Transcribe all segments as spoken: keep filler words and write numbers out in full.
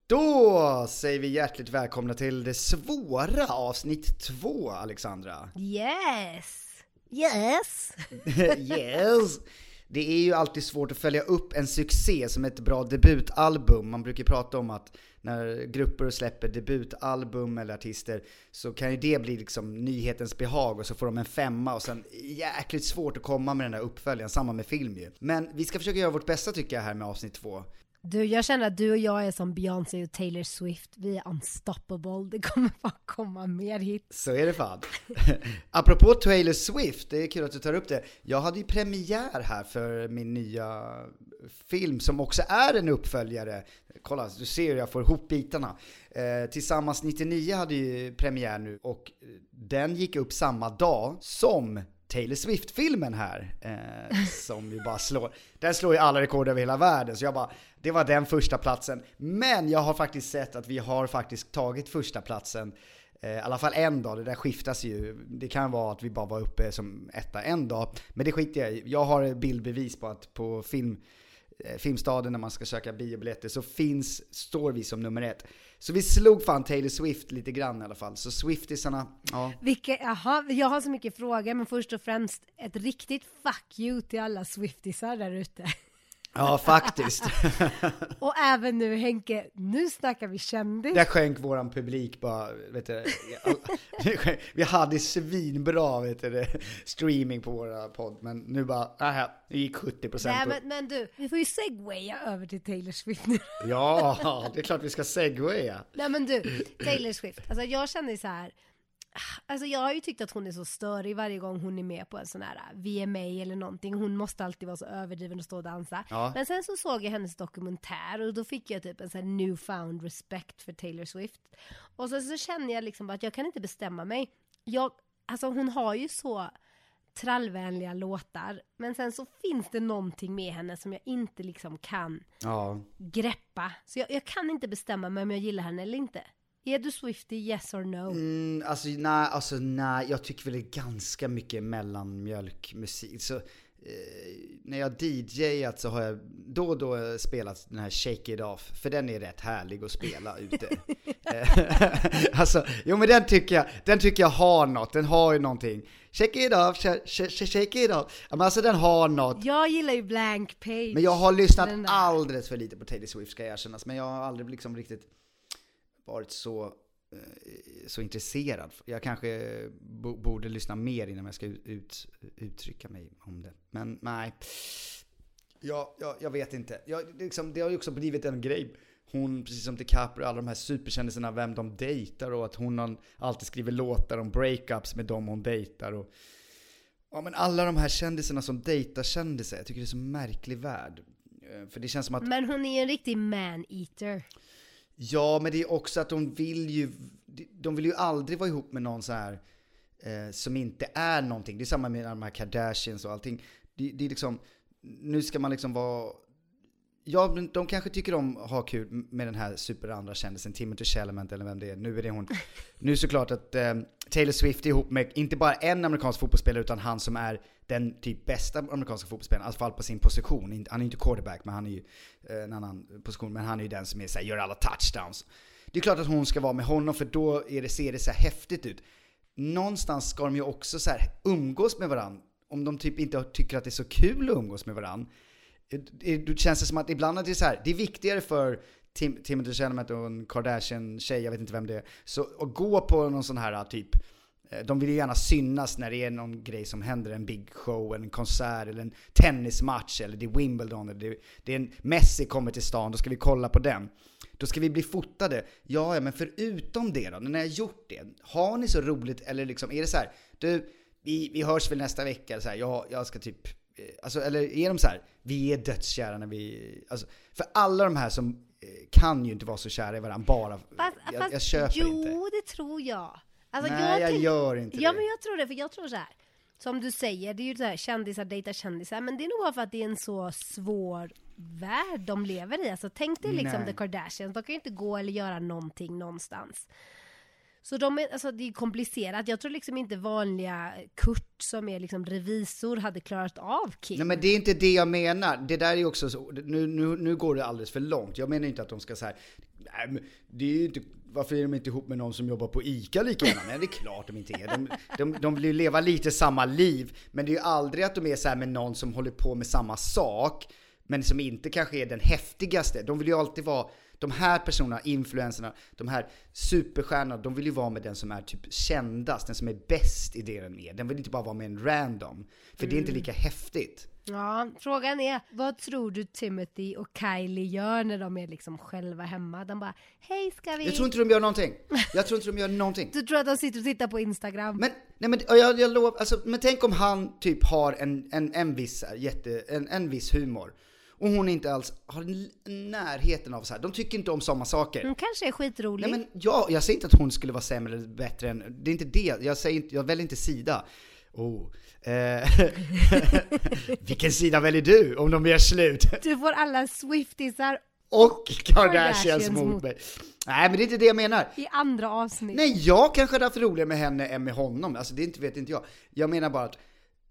Då säger vi hjärtligt välkomna till det svåra avsnitt två, Alexandra. Yes! Yes! Yes! Det är ju alltid svårt att följa upp en succé som ett bra debutalbum. Man brukar prata om att när grupper släpper debutalbum eller artister så kan ju det bli liksom nyhetens behag och så får de en femma och sen jäkligt svårt att komma med den här uppföljaren, samma med film ju. Men vi ska försöka göra vårt bästa tycker jag här med avsnitt två. Du, jag känner att du och jag är som Beyoncé och Taylor Swift. Vi är unstoppable. Det kommer bara komma mer hits. Så är det fan. Apropå Taylor Swift, det är kul att du tar upp det. Jag hade ju premiär här för min nya film som också är en uppföljare. Kolla, du ser hur jag får ihop bitarna. Eh, Tillsammans nittionio hade ju premiär nu och den gick upp samma dag som Taylor Swift-filmen här eh, som ju bara slår, den slår ju alla rekord över hela världen, så jag bara, det var den första platsen. Men jag har faktiskt sett att vi har faktiskt tagit första platsen eh, i alla fall en dag, det där skiftas ju, det kan vara att vi bara var uppe som etta en dag, men det skiter jag i. Jag har bildbevis på att på film Filmstaden när man ska söka biobiljetter så finns, står vi som nummer ett. Så vi slog fan Taylor Swift lite grann i alla fall. Så Swiftisarna, ja. Vilka, aha, jag har så mycket frågor, men först och främst ett riktigt fuck you till alla Swiftisar där ute. Ja, faktiskt. Och även nu Henke, nu snackar vi kändis. Där skänk våran publik bara, vet du, vi hade svinbra, vet du, streaming på våra podd, men nu bara, aha, det gick sjuttio procent. Nej, men, men du, vi får ju segwaya över till Taylor Swift nu. Ja, det är klart vi ska segwaya. Nej, men du, Taylor Swift, alltså jag känner så här. Alltså jag har ju tyckt att hon är så störig varje gång hon är med på en sån här V M A eller någonting. Hon måste alltid vara så överdriven och stå och dansa. Ja. Men sen så såg jag hennes dokumentär och då fick jag typ en sån här newfound respect för Taylor Swift. Och så, så känner jag liksom att jag kan inte bestämma mig. Jag, alltså hon har ju så trallvänliga låtar, men sen så finns det någonting med henne som jag inte liksom kan ja. greppa. Så jag, jag kan inte bestämma mig om jag gillar henne eller inte. Är du Swiftie, yes or no? Mm, alltså, nej, alltså nej, jag tycker väl det är ganska mycket mellanmjölkmusik. Så, eh, när jag D Jat så har jag då och då spelat den här Shake It Off. För den är rätt härlig att spela ute. Alltså, jo men den tycker jag, den tycker jag har något. Den har ju någonting. Shake it off, sh- sh- shake it off. Men alltså den har något. Jag gillar ju Blank Page. Men jag har lyssnat alldeles för lite på Taylor Swift, ska jag erkännas. Men jag har aldrig liksom riktigt varit så, så intresserad. Jag kanske b- borde lyssna mer innan jag ska ut, uttrycka mig om det. Men nej, jag, jag, jag vet inte. Jag, liksom, det har ju också blivit en grej. Hon, precis som DiCaprio, alla de här superkändisarna, vem de dejtar och att hon har alltid skriver låtar om breakups med dem hon dejtar. Och, ja, men alla de här kändisarna som dejtar kändisar, jag tycker det är så märklig värld. För det känns som att... Men hon är en riktig man-eater. Ja, men det är också att de vill ju de vill ju aldrig vara ihop med någon så här eh, som inte är någonting. Det är samma med de här Kardashians och allting. Det, det är liksom, nu ska man liksom vara, ja, de kanske tycker om att ha kul med den här superandra kändisen Timothée Chalamet eller vem det är. Nu är det hon. Nu är såklart att eh, Taylor Swift är ihop med inte bara en amerikansk fotbollsspelare utan han som är den typ bästa amerikanska fotbollsspelaren, i alla fall på sin position. Han är inte quarterback, men han är ju eh, en annan position, men han är ju den som är så här, gör alla touchdowns. Det är klart att hon ska vara med honom, för då är det, ser det så här häftigt ut. Någonstans ska de ju också så här umgås med varandra. Om de typ inte tycker att det är så kul att umgås med varandra. Det känns det som att ibland är det så här, det är viktigare för Tim, Timothée Chalamet och en Kardashian-tjej, jag vet inte vem det är, så att gå på någon sån här typ, de vill ju gärna synas när det är någon grej som händer, en big show, en konsert eller en tennismatch, eller det är Wimbledon, eller det, det är en Messi kommer till stan, då ska vi kolla på den. Då ska vi bli fotade. Ja, ja, men förutom det då, när ni har gjort det, har ni så roligt, eller liksom, är det så här, du, vi, vi hörs väl nästa vecka, så här, jag, jag ska typ, alltså, eller är de så här, vi är dödskära när vi, alltså, för alla de här som kan ju inte vara så kära i varandra bara, fast, jag, fast, jag köper jo, inte. Jo, det tror jag. Alltså, Nej, jag, jag tänk... gör inte ja, det. Men jag tror det, för jag tror så här. Som du säger, det är ju så här, kändisar dejtar kändisar, men det är nog bara för att det är en så svår värld de lever i. Alltså tänk dig liksom Nej. The Kardashians, de kan ju inte gå eller göra någonting någonstans. Så de är, alltså, det är komplicerat. Jag tror liksom inte vanliga Kurt som är liksom revisor hade klarat av Kim. Nej, men det är inte det jag menar. Det där är också så, nu, nu, nu går det alldeles för långt. Jag menar inte att de ska så här, nej, men det är ju inte, varför är de inte ihop med någon som jobbar på ICA lika gärna? Nej, det är klart de inte är. De, de, de vill leva lite samma liv, men det är ju aldrig att de är så här med någon som håller på med samma sak, men som inte kanske är den häftigaste. De vill ju alltid vara, de här personerna, influencerna, de här superstjärnorna, de vill ju vara med den som är typ kändast, den som är bäst i det den är. Den vill inte bara vara med en random, för mm. det är inte lika häftigt. Ja, frågan är, vad tror du Timothy och Kylie gör när de är liksom själva hemma? De bara, hej ska vi... Jag tror inte de gör någonting. Jag tror inte de gör någonting. Du tror att de sitter och tittar på Instagram? Men, nej men, jag, jag lov, alltså, men tänk om han typ har en, en, en, viss, jätte, en, en viss humor. Och hon inte alls har närheten av så här. De tycker inte om samma saker. Hon kanske är skitrolig. Nej, men jag, jag säger inte att hon skulle vara sämre eller bättre än... Det är inte det. Jag, säger inte, jag väljer inte sida. Oh. Eh, vilken sida väljer du om de gör slut? Du får alla Swiftisar och Kardashians mot mig. Nej, men det är inte det jag menar. I andra avsnitt. Nej, jag kanske hade haft roligare med henne än med honom. Alltså det inte, vet inte jag. Jag menar bara att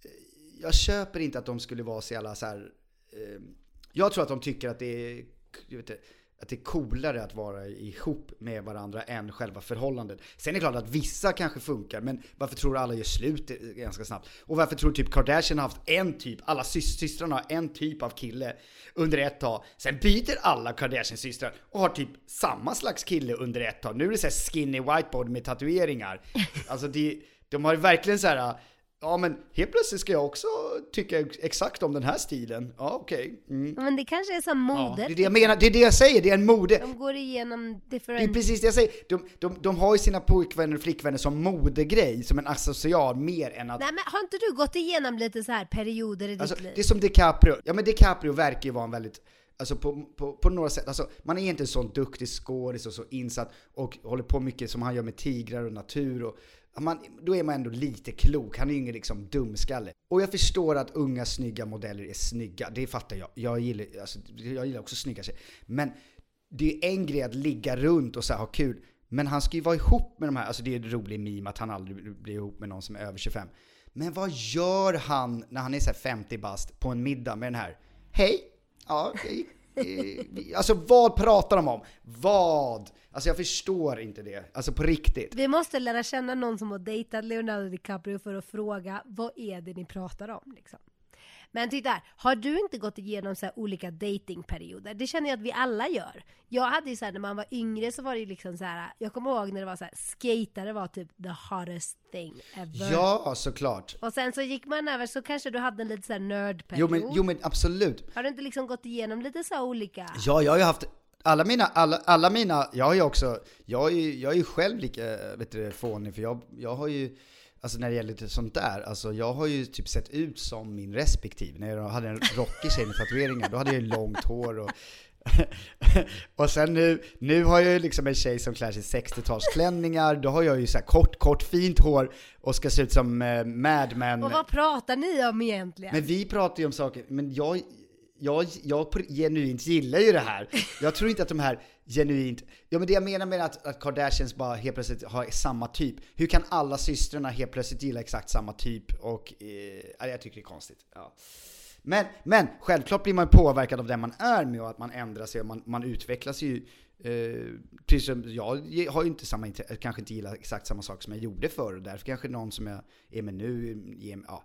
jag köper inte att de skulle vara så jävla så här... Eh, jag tror att de tycker att det är... Jag vet inte, att det är coolare att vara ihop med varandra än själva förhållandet. Sen är det klart att vissa kanske funkar, men varför tror du alla gör slut ganska snabbt? Och varför tror du typ Kardashian har haft en typ, alla sys- systrarna har en typ av kille under ett tag. Sen byter alla Kardashian-systrar och har typ samma slags kille under ett tag. Nu är det så här skinny whiteboard med tatueringar. Alltså de, de har verkligen så här... Ja, men helt plötsligt ska jag också tycka exakt om den här stilen. Ja, okej. Okay. Mm. Men det kanske är som mode. Ja, det är det jag menar, det är det jag säger, det är en mode. De går igenom different... Det är precis det jag säger. De, de, de har ju sina pojkvänner och flickvänner som modegrej, som en associal mer än att... Nej, men har inte du gått igenom lite så här perioder i alltså, ditt liv? Det är som DiCaprio. Ja, men DiCaprio verkar ju vara en väldigt... Alltså på, på, på några sätt, alltså man är inte en sån duktig skådis och så insatt och håller på mycket som han gör med tigrar och natur och man, då är man ändå lite klok. Han är ju ingen liksom dumskalle. Och jag förstår att unga snygga modeller är snygga. Det fattar jag. Jag gillar, alltså, jag gillar också snygga sig. Men det är en grej att ligga runt och så här, ha kul. Men han ska ju vara ihop med de här. Alltså det är en rolig meme att han aldrig blir ihop med någon som är över tjugofem. Men vad gör han när han är så här femtio bast på en middag med den här? Hej! Ja, okej. Alltså vad pratar de om? Vad? Alltså jag förstår inte det. Alltså på riktigt. Vi måste lära känna någon som har dejtat Leonardo DiCaprio för att fråga, vad är det ni pratar om liksom. Men titta här, har du inte gått igenom så här olika datingperioder? Det känner jag att vi alla gör. Jag hade ju så här, när man var yngre så var det ju liksom så här, jag kommer ihåg när det var så här, skatare var typ the hottest thing ever. Ja, såklart. Och sen så gick man över, så kanske du hade en lite så här nördperiod. Jo men, jo men absolut. Har du inte liksom gått igenom lite så olika? Ja, jag har ju haft alla mina, alla, alla mina, jag har ju också, jag är ju, jag är ju själv lika, vet du, fånig, för jag, jag har ju, alltså när det gäller lite sånt där, alltså jag har ju typ sett ut som min respektive. När jag hade en rockig tjej med tatueringar, då hade jag ju långt hår och och sen nu, nu har jag ju liksom en tjej som klär sig i sextiotalsklänningar. Då har jag ju så här kort, kort, fint hår och ska se ut som eh, Mad Men. Och vad pratar ni om egentligen? Men vi pratar ju om saker, men jag Jag, jag genuint gillar ju det här. Jag tror inte att de här genuint... Ja, men det jag menar med att, att Kardashians bara helt plötsligt har samma typ. Hur kan alla systrarna helt plötsligt gilla exakt samma typ? Och eh, jag tycker det är konstigt. Ja. Men, men självklart blir man påverkad av det man är med och att man ändrar sig och man, man utvecklas ju. Eh, precis som jag har ju inte samma intresse, kanske inte gillar exakt samma sak som jag gjorde förr. Och därför kanske någon som jag är med nu... Ja.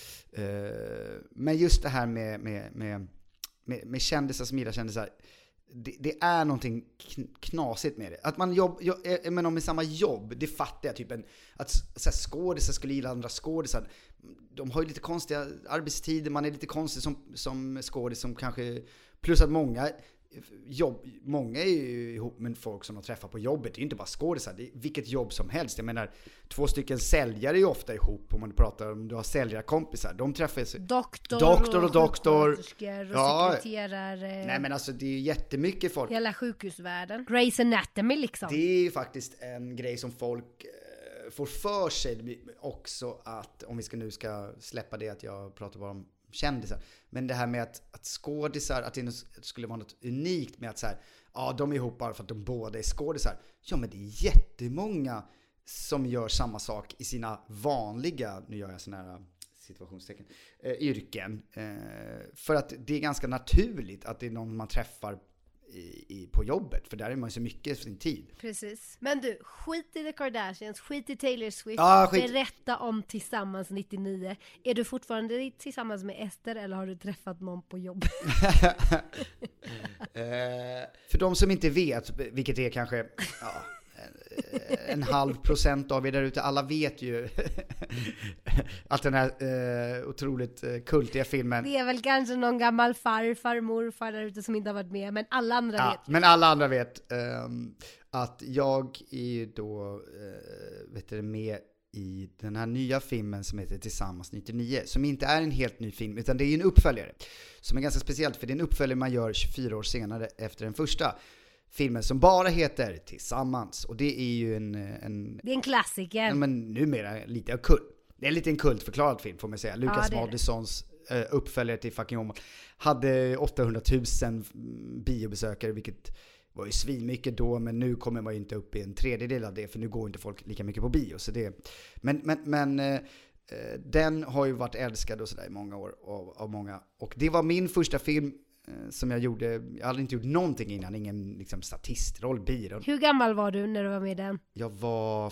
Eh, men just det här med... med, med Med, med kändisar som gillar kändisar, det, det är någonting knasigt med det. Att man jobb, jobb, men om i samma jobb, det fattar jag. Typ en, att så här, skådisar skulle gilla andra skådisar. De har ju lite konstiga arbetstider, man är lite konstig som, som skådis som kanske... Plus att många... Jobb, många är ju ihop med folk som de träffar på jobbet. Det är inte bara skådisar, det är vilket jobb som helst. Jag menar, två stycken säljare är ju ofta ihop. Om man pratar om du har säljarkompisar, de träffas. Doktor, doktor och, och doktor och ja. sekreterare. Nej men alltså det är jättemycket folk. Hela sjukhusvärlden. Grey's Anatomy liksom. Det är ju faktiskt en grej som folk eh, får för sig också, att om vi ska nu ska släppa det att jag pratar bara om kändisar. Men det här med att, att skådisar, att det skulle vara något unikt med att så här, ja, de är ihop bara för att de båda är skådisar. Ja, men det är jättemånga som gör samma sak i sina vanliga, nu gör jag såna här situationstecken, eh, yrken. Eh, för att det är ganska naturligt att det är någon man träffar i, i, på jobbet. För där är man ju så mycket för sin tid. Precis. Men du, skit i The Kardashians, skit i Taylor Swift. Ah, skit. Berätta om Tillsammans nittionio. Är du fortfarande tillsammans med Ester eller har du träffat någon på jobbet? eh, för de som inte vet, vilket är kanske... Ja, en halv procent av er där ute, alla vet ju att den här eh, otroligt eh, kultiga filmen, det är väl kanske någon gammal farfar, morfar där ute som inte har varit med, men alla andra ja, vet. Men alla andra vet eh, att jag är då eh, vet du, med i den här nya filmen som heter Tillsammans nittionio, som inte är en helt ny film utan det är en uppföljare som är ganska speciellt, för det är en uppföljare man gör tjugofyra år senare efter den första filmen som bara heter Tillsammans. Och det är ju en... en det är en klassiker. Ja, men numera lite av kult. Det är lite en kultförklarad film får man säga. Lucas ja, Moodyssons uh, uppföljare till Fucking Åmål hade åttahundratusen biobesökare, vilket var ju svinmycket då, men nu kommer man ju inte upp i en tredjedel av det, för nu går inte folk lika mycket på bio. Så det, men men, men uh, den har ju varit älskad och sådär i många år av, av många. Och det var min första film som jag gjorde. Jag hade inte gjort någonting innan, ingen liksom statistroll, biroll. Hur gammal var du när du var med i den? Jag var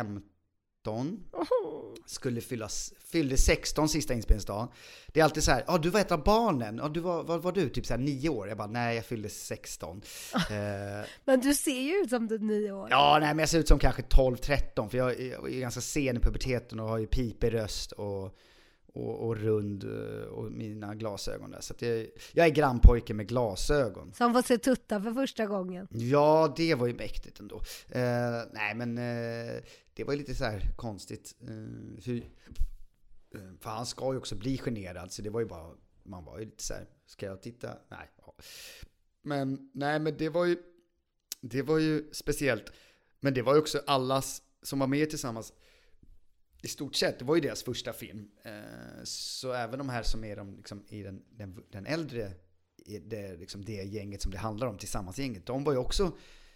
femton. Oh. Skulle fyllas, fyllde sexton sista inspelningsdagen. Det är alltid så här, ja ah, du var ett av barnen. Ja ah, du var, vad var du? Typ så här nio år. Jag bara, nej jag fyllde sexton. Oh. Eh. Men du ser ju ut som du är nio år. Ja, nej men jag ser ut som kanske tolv tretton. För jag, jag är ganska sen i puberteten och har ju pipig röst och Och, och rund och mina glasögon där. Så att jag, jag är grannpojke med glasögon. Som får se tutta för första gången. Ja, det var ju mäktigt ändå. Uh, nej, men uh, det var ju lite så här konstigt. Uh, hur, uh, för han ska ju också bli generad. Så det var ju bara, man var ju lite så här, ska jag titta? Nej. Ja. Men, nej, men det var ju, det var ju speciellt. Men det var ju också allas som var med tillsammans. I stort sett, det var ju deras första film. Så även de här som är de, liksom, i den, den, den äldre, det, liksom det gänget som det handlar om, Tillsammans-gänget, de var ju också...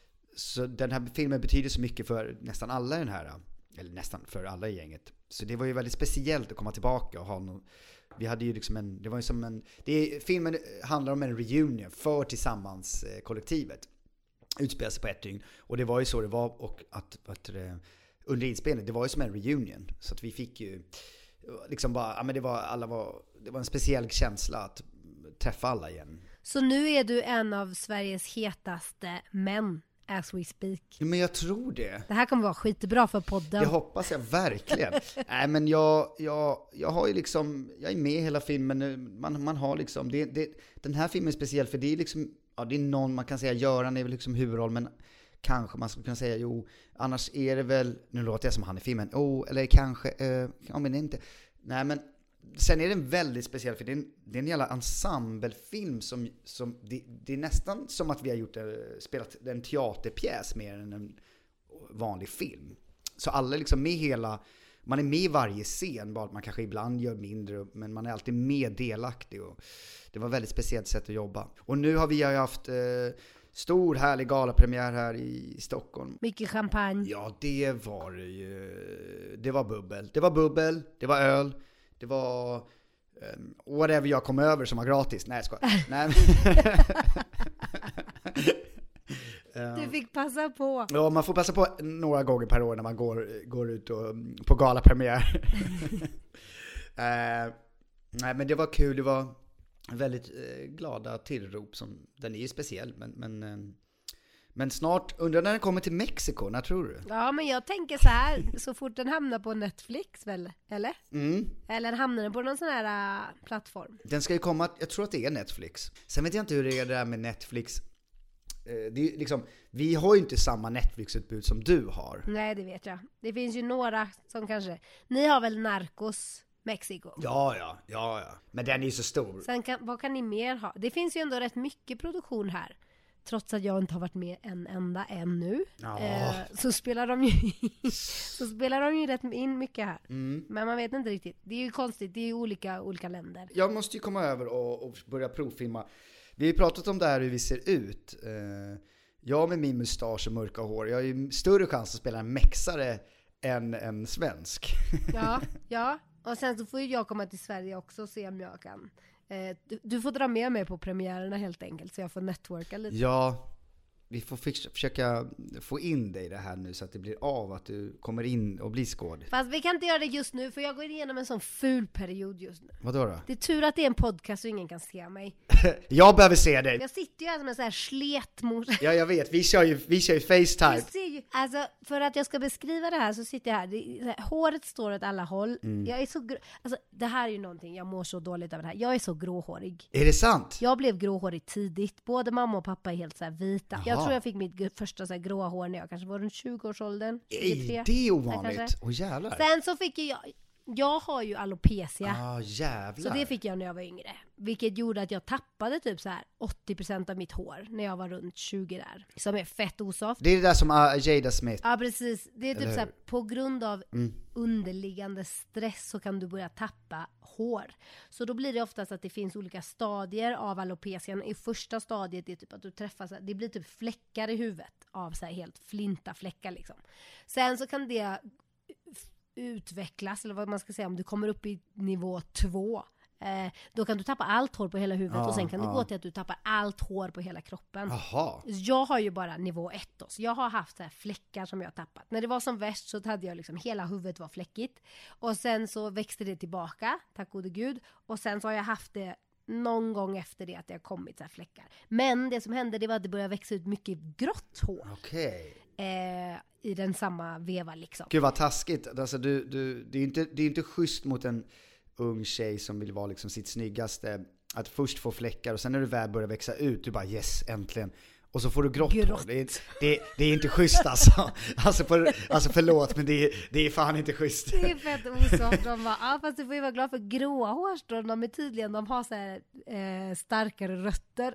Så den här filmen betyder så mycket för nästan alla i den här, eller nästan för alla i gänget. Så det var ju väldigt speciellt att komma tillbaka och ha någon... Vi hade ju liksom en... Det var ju som en... Det, filmen handlar om en reunion för Tillsammans-kollektivet. Utspelar sig på ett dygn. Och det var ju så det var, och att... att det, under inspelningen, det var ju som en reunion. Så att vi fick ju liksom bara, ja men det var, alla var, det var en speciell känsla att träffa alla igen. Så nu är du en av Sveriges hetaste män as we speak. Men jag tror det. Det här kommer vara skitbra för podden. Jag hoppas jag verkligen. Nej men jag, jag, jag har ju liksom, jag är med i hela filmen. Man, man har liksom, det, det, den här filmen är speciell för det är liksom, ja det är någon man kan säga, Göran är väl liksom huvudroll, men kanske man skulle kunna säga, jo, annars är det väl, nu låter jag som han i filmen, oh, eller kanske, eh, ja men inte, nej men, sen är den väldigt speciell för det är en, det är en jävla ensemblefilm som, som det, det är nästan som att vi har gjort, spelat en teaterpjäs mer än en vanlig film. Så alla är liksom med hela, man är med i varje scen, bara att man kanske ibland gör mindre, men man är alltid med delaktig och det var ett väldigt speciellt sätt att jobba. Och nu har vi ju haft... Eh, stor härlig galapremiär här i Stockholm. Mycket champagne. Ja, det var det ju. Det var bubbel. Det var bubbel, det var öl, det var um, whatever jag kom över som var gratis. Nej, jag skojar. Nej. Du fick passa på. Ja, man får passa på några gånger per år när man går, går ut och, på galapremiär. uh, nej, men det var kul. Det var väldigt eh, glada tillrop. Som, den är ju speciell, men, men, eh, men snart, undrar när den kommer till Mexiko, när tror du? Ja, men jag tänker så här, så fort den hamnar på Netflix väl, eller? Mm. Eller hamnar den på någon sån här uh, plattform? Den ska ju komma, jag tror att det är Netflix. Sen vet jag inte hur det är det där med Netflix. Eh, det är liksom, vi har ju inte samma Netflix-utbud som du har. Nej, det vet jag. Det finns ju några som kanske, ni har väl Narcos Mexiko. Ja, ja, ja, ja. Men den är ju så stor. Sen kan, vad kan ni mer ha? Det finns ju ändå rätt mycket produktion här. Trots att jag inte har varit med en enda ännu. Ja. Eh, så spelar de ju så spelar de ju rätt in mycket här. Mm. Men man vet inte riktigt. Det är ju konstigt. Det är ju olika, olika länder. Jag måste ju komma över och, och börja provfilma. Vi har ju pratat om det här hur vi ser ut. Eh, jag med min mustasch och mörka hår. Jag har ju större chans att spela en mexare än en svensk. Ja, ja. Och sen så får ju jag komma till Sverige också och se om jag kan. Eh, du, du får dra med mig på premiärerna helt enkelt så jag får networka lite. Ja, vi får fix- försöka få in dig i det här nu så att det blir av att du kommer in och blir skåd. Fast vi kan inte göra det just nu för jag går igenom en sån ful period just nu. Vadå då? Det är tur att det är en podcast så ingen kan se mig. Jag behöver se dig. Jag sitter ju här som en sån här sletmor. Ja, jag vet. Vi kör ju, vi kör ju FaceTime. Du ser ju, alltså för att jag ska beskriva det här så sitter jag här, det, så här håret står åt alla håll. Mm. Jag är så grå, alltså det här är ju någonting, jag mår så dåligt över det här. Jag är så gråhårig. Är det sant? Jag blev gråhårig tidigt. Både mamma och pappa är helt så här vita. Jaha. Jag tror jag fick mitt första så här gråa hår när jag kanske var runt tjugo-årsåldern. tjugotre. Det är ovanligt. Åh jävlar. Sen så fick jag, jag har ju alopecia. Ah, jävlar. Så det fick jag när jag var yngre. Vilket gjorde att jag tappade typ så här åttio procent av mitt hår när jag var runt tjugo där. Som är fett osoft. Det är det där som uh, Jada Smith. Ja, precis. Det är typ så här, på grund av mm. underliggande stress så kan du börja tappa hår. Så då blir det oftast att det finns olika stadier av alopecian. I första stadiet är typ att du träffas, det blir typ fläckar i huvudet av så här helt flinta fläckar liksom. Sen så kan det utvecklas, eller vad man ska säga, om du kommer upp i nivå två. Eh, då kan du tappa allt hår på hela huvudet ja, och sen kan ja. det gå till att du tappar allt hår på hela kroppen. Aha. Jag har ju bara nivå ett då, så jag har haft så här fläckar som jag har tappat. När det var som värst så hade jag liksom, hela huvudet var fläckigt. Och sen så växte det tillbaka, tack gode gud. Och sen så har jag haft det någon gång efter det att det har kommit så här fläckar. Men det som hände det var att det började växa ut mycket grått hår. Okej. Eh, i den samma veva liksom. Gud vad taskigt. Alltså, du, du, det är ju inte, det är inte schysst mot en ung tjej som vill vara liksom sitt snyggaste att först få fläckar och sen när du väl börjar växa ut du bara yes, äntligen. Och så får du grått, grått. hår. Det är, det, det är inte schysst alltså. Alltså, för, alltså förlåt, men det är, det är fan inte schysst. Det är fett osoft. De bara, ja, fast du får ju vara glad för gråa hårstrån. De är tydligen, de har så här eh, starkare rötter.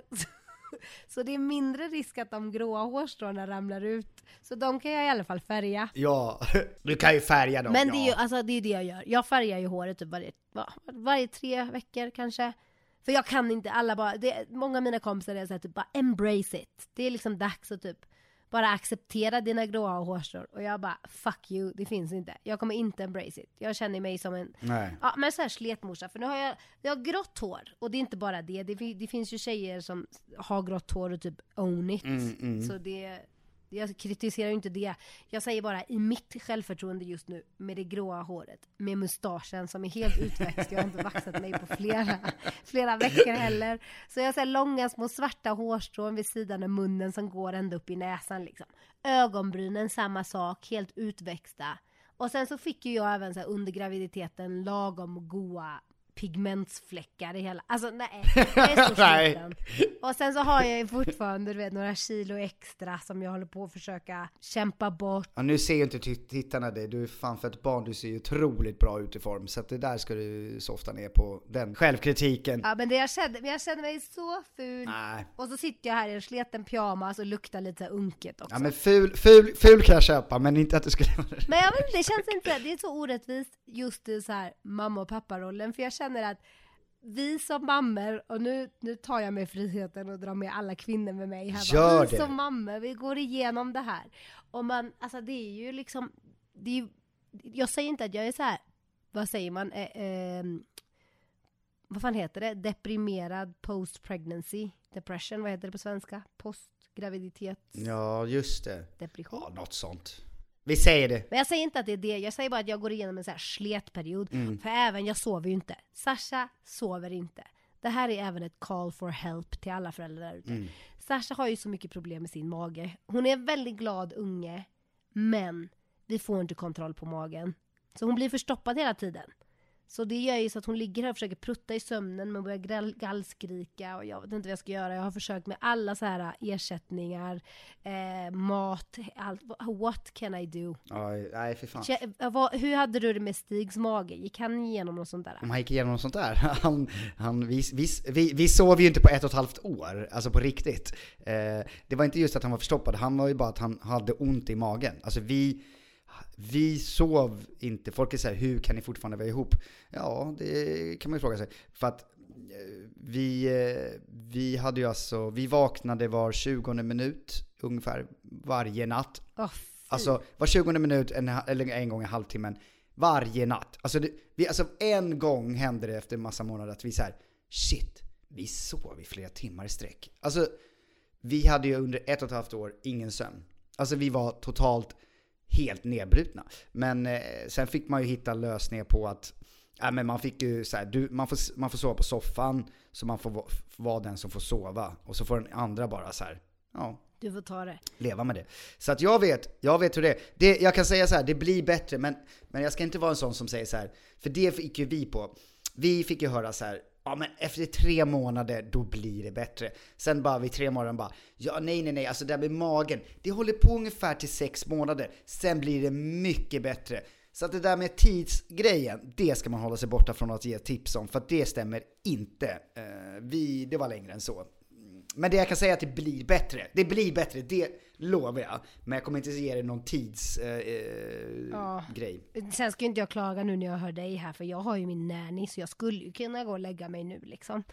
Så det är mindre risk att de gråa hårstråna ramlar ut. Så de kan jag i alla fall färga. Ja, du kan ju färga dem. Men det är ju, ja. alltså, det är det jag gör. Jag färgar ju håret typ varje, varje tre veckor kanske. För jag kan inte alla bara, det, många av mina kompisar är så här, typ bara embrace it. Det är liksom dags att typ bara acceptera dina gråa hårstrån. Och jag bara, fuck you, det finns inte. Jag kommer inte embrace it. Jag känner mig som en, Nej. ja men så här sletmorsa. För nu har jag, jag har grått hår. Och det är inte bara det. Det, det finns ju tjejer som har grått hår och typ own it. Mm, mm. Så det, jag kritiserar ju inte det. Jag säger bara, i mitt självförtroende just nu, med det gråa håret, med mustaschen som är helt utväxt. Jag har inte vaxat mig på flera, flera veckor heller. Så jag har långa små svarta hårstrån vid sidan av munnen som går ända upp i näsan liksom. Ögonbrynen, samma sak, helt utväxta. Och sen så fick ju jag även så här, under graviditeten lagom goa pigmentsfläckar i hela, alltså nej, det är så sliten. Och sen så har jag ju fortfarande, du vet, några kilo extra som jag håller på att försöka kämpa bort. Ja, nu ser ju inte tittarna det, du är fan för ett barn, du ser ju otroligt bra ut i form, så att det där ska du softa ner på, den självkritiken. Ja, men det jag kände, men jag kände mig så ful. Nej. Och så sitter jag här i en sleten pyjamas och luktar lite unket också. Ja, men ful, ful, ful kan jag köpa, men inte att du skulle... Men jag vet, det känns inte, det är så orättvist just i så här mamma och papparollen, för jag känner att vi som mammor, och nu, nu tar jag mig friheten och drar med alla kvinnor med mig här. Gör vi det. som mammor, vi går igenom det här. Och man, alltså det är ju liksom, det är ju, jag säger inte att jag är så här, vad säger man, eh, eh, vad fan heter det? Deprimerad post-pregnancy, depression, vad heter det på svenska? Post-graviditet. Ja, just det. Depression. Ja, något sånt. Vi säger det. Men jag säger inte att det är det. Jag säger bara att jag går igenom en så här sletperiod. Mm. För även jag sover ju inte. Sasha sover inte. Det här är även ett call for help till alla föräldrar där ute. Mm. Sasha har ju så mycket problem med sin mage. Hon är en väldigt glad unge. Men vi får inte kontroll på magen. Så hon blir förstoppad hela tiden. Så det gör ju så att hon ligger här och försöker prutta i sömnen men börjar gallskrika och jag vet inte vad jag ska göra. Jag har försökt med alla så här ersättningar, eh, mat, allt. What can I do? Oj, nej för fan. Hur hade du det med Stigs mage? Gick han igenom något sånt där? Han gick igenom något sånt där. Han, han, vi, vi, vi, vi sov ju inte på ett och ett halvt år, alltså på riktigt. Eh, det var inte just att han var förstoppad, han var ju bara att han hade ont i magen. Alltså vi... Vi sov inte. Folk är så här, hur kan ni fortfarande vara ihop? Ja, det kan man ju fråga sig. För att vi, vi hade ju alltså, vi vaknade var tjugonde minut ungefär varje natt. Oh, Alltså var tjugonde minut en, eller en gång i halvtimmen varje natt. Alltså, det, vi, alltså en gång hände det efter en massa månader att vi så här, shit, vi sov i flera timmar i sträck. Alltså vi hade ju under ett och ett halvt år ingen sömn. Alltså vi var totalt helt nedbrutna. Men eh, sen fick man ju hitta lösningar på att ja, men man fick ju så här, du, man, får, man får sova på soffan så man får vara den som får sova. Och så får den andra bara så här, ja. Du får ta det. Leva med det. Så att jag vet, jag vet hur det är. Det, jag kan säga så här, det blir bättre. Men, men jag ska inte vara en sån som säger så här. För det fick ju vi på. Vi fick ju höra så här. Ja men efter tre månader då blir det bättre. Sen bara vid tre månader bara. Ja nej nej nej. Alltså det där med magen. Det håller på ungefär till sex månader. Sen blir det mycket bättre. Så att det där med tidsgrejen. Det ska man hålla sig borta från att ge tips om. För att det stämmer inte. Uh, vi, det var längre än så. Men det jag kan säga är att det blir bättre. Det blir bättre, det lovar jag. Men jag kommer inte ge dig någon tidsgrej. Uh, ja. Grej. Sen ska inte jag klaga nu när jag hör dig här. För jag har ju min nanny. Så jag skulle ju kunna gå och lägga mig nu liksom.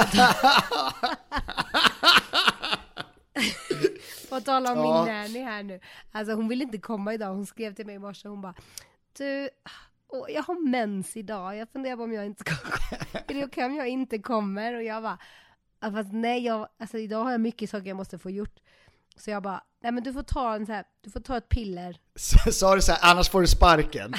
På tala om ja. min nanny här nu. Alltså hon vill inte komma idag. Hon skrev till mig i morse. Hon bara, du... Oh, jag har mens idag. Jag funderar på om jag inte ska komma. Är det okej om jag inte kommer? Och jag bara... Fast nej, jag, alltså idag har jag mycket saker jag måste få gjort. Så jag bara, nej men du får ta en så här, du får ta ett piller. Sa du så här, annars får du sparken.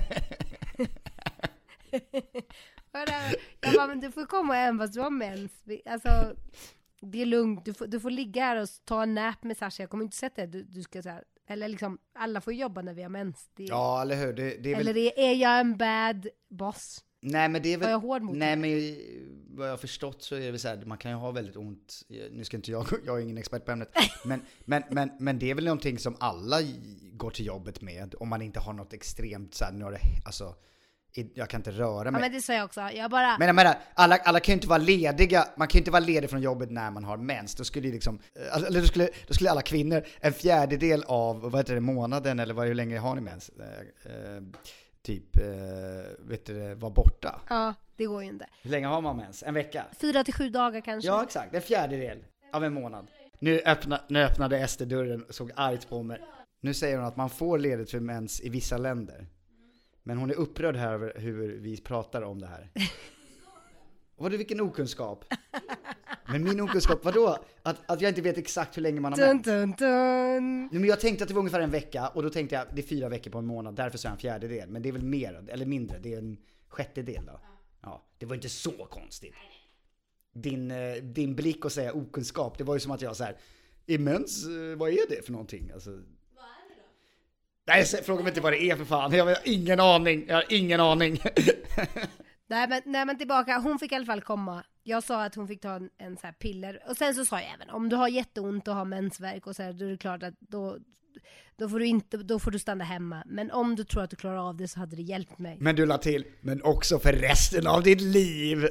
Jag bara, men du får komma hem fast du har mens. Alltså, det är lugnt. Du får, du får ligga här och ta en nap med Sasha. Jag kommer inte sätta det. Du, du ska så här, eller liksom, alla får jobba när vi har mens. Det, ja, eller hur? Det, det är eller väl... är jag en bad boss? Nej men det är väl, jag hård mot nej men vad jag har förstått så är det väl så här, man kan ju ha väldigt ont, nu ska inte jag, jag är ingen expert på ämnet, men, men, men, men det är väl någonting som alla går till jobbet med, om man inte har något extremt så här, nu har det, alltså, jag kan inte röra mig. Ja men det sa jag också, jag bara... Men jag menar, alla, alla kan ju inte vara lediga, man kan ju inte vara ledig från jobbet när man har mens, då skulle ju liksom, eller då skulle, då skulle alla kvinnor, en fjärdedel av, vad heter det, månaden, eller vad, hur länge har ni mens? Eh, typ, eh, vet du, var borta. Ja, det går ju inte. Hur länge har man mens? En vecka? Fyra till sju dagar kanske. Ja, exakt. En fjärdedel av en månad. Nu, öppna, nu öppnade Ester dörren och såg argt på mig. Nu säger hon att man får ledigt för mens i vissa länder. Men hon är upprörd här över hur vi pratar om det här. Vad är vilken okunskap? Men min okunskap, vadå? Att, att jag inte vet exakt hur länge man har dun, mens. Dun, dun. Men jag tänkte att det var ungefär en vecka. Och då tänkte jag, det är fyra veckor på en månad. Därför så är en fjärdedel. Men det är väl mer, eller mindre. Det är en sjättedel då. Ja, det var inte så konstigt. Din, din blick och säga okunskap, det var ju som att jag så här, i mens, vad är det för någonting? Alltså, vad är det då? Nej, fråga mig inte vad det är för fan. Jag har ingen aning. Jag har ingen aning. Nej men, nej men tillbaka, hon fick i alla fall komma. Jag sa att hon fick ta en, en så här piller. Och sen så sa jag även, om du har jätteont och har mensvärk och så här, då är det klart att då, då, får du inte, då får du stanna hemma. Men om du tror att du klarar av det så hade det hjälpt mig. Men du la till, men också för resten av ditt liv.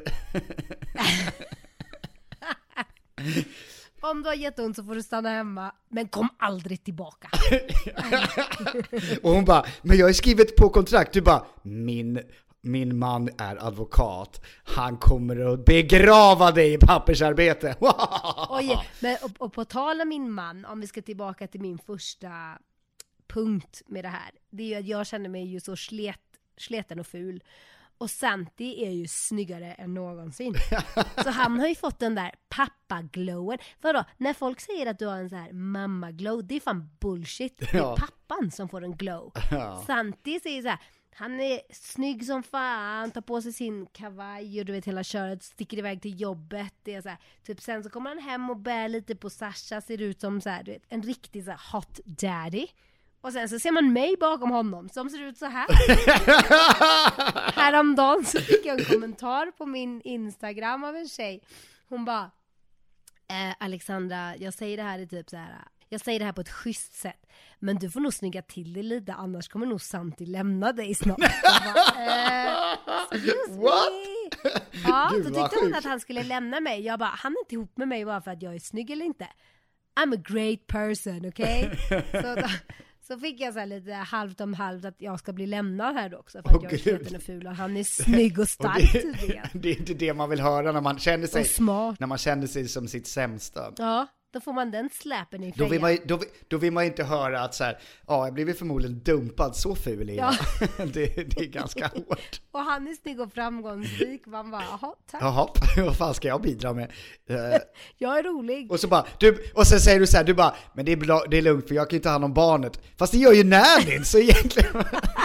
Om du har jätteont så får du stanna hemma. Men kom aldrig tillbaka. Och hon bara, men jag har skrivit på kontrakt. Du bara, min... Min man är advokat. Han kommer att begrava dig i pappersarbete. Oj, men och, och på tal om min man, om vi ska tillbaka till min första punkt med det här. Det är ju att jag känner mig ju så slet, sleten och ful. Och Santi är ju snyggare än någonsin. Så han har ju fått den där pappa-glowen. Vadå? När folk säger att du har en så här mamma-glow, det är fan bullshit. Det är ja. pappan som får en glow. Ja. Santi säger så här, han är snygg som fan, tar på sig sin kavaj och du vet hela köret, sticker iväg till jobbet. Det är så här, typ sen så kommer han hem och bär lite på Sasha, ser ut som så här, du vet, en riktig så här hot daddy. Och sen så ser man mig bakom honom som ser ut så här. Häromdagen så fick jag en kommentar på min Instagram av en tjej. Hon bara, eh, Alexandra, jag säger det här i typ så här. Jag säger det här på ett schysst sätt. Men du får nog snygga till det lite. Annars kommer nog Santi lämna dig snart. Bara, eh, What? Ja, då tyckte hon att han skulle lämna mig. Jag bara, han är inte ihop med mig bara för att jag är snygg eller inte. I'm a great person, okej? Okay? Så, så fick jag så här lite halvt om halvt att jag ska bli lämnad här då också. För att oh, jag är sleten och ful och han är snygg och stark. Och det, det är inte det man vill höra när man känner sig, smart. när man känner sig som sitt sämsta. Ja. Då får man den släpen i då vill, man, då, då vill man inte höra att så här, ja, jag blir förmodligen dumpad, så ful är jag. Ja. det, det är ganska hårt. Och han är snygg och framgångsrik. Man bara, jaha, tack. Jaha, vad fan ska jag bidra med? Jag är rolig. Och så bara, du, och sen säger du så här, du bara, men det är, bra, det är lugnt för jag kan ju ta hand om barnet. Fast det gör ju Nannyn, så egentligen...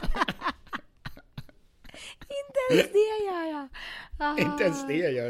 Inte ens det gör jag. Aha. Inte ens det gör.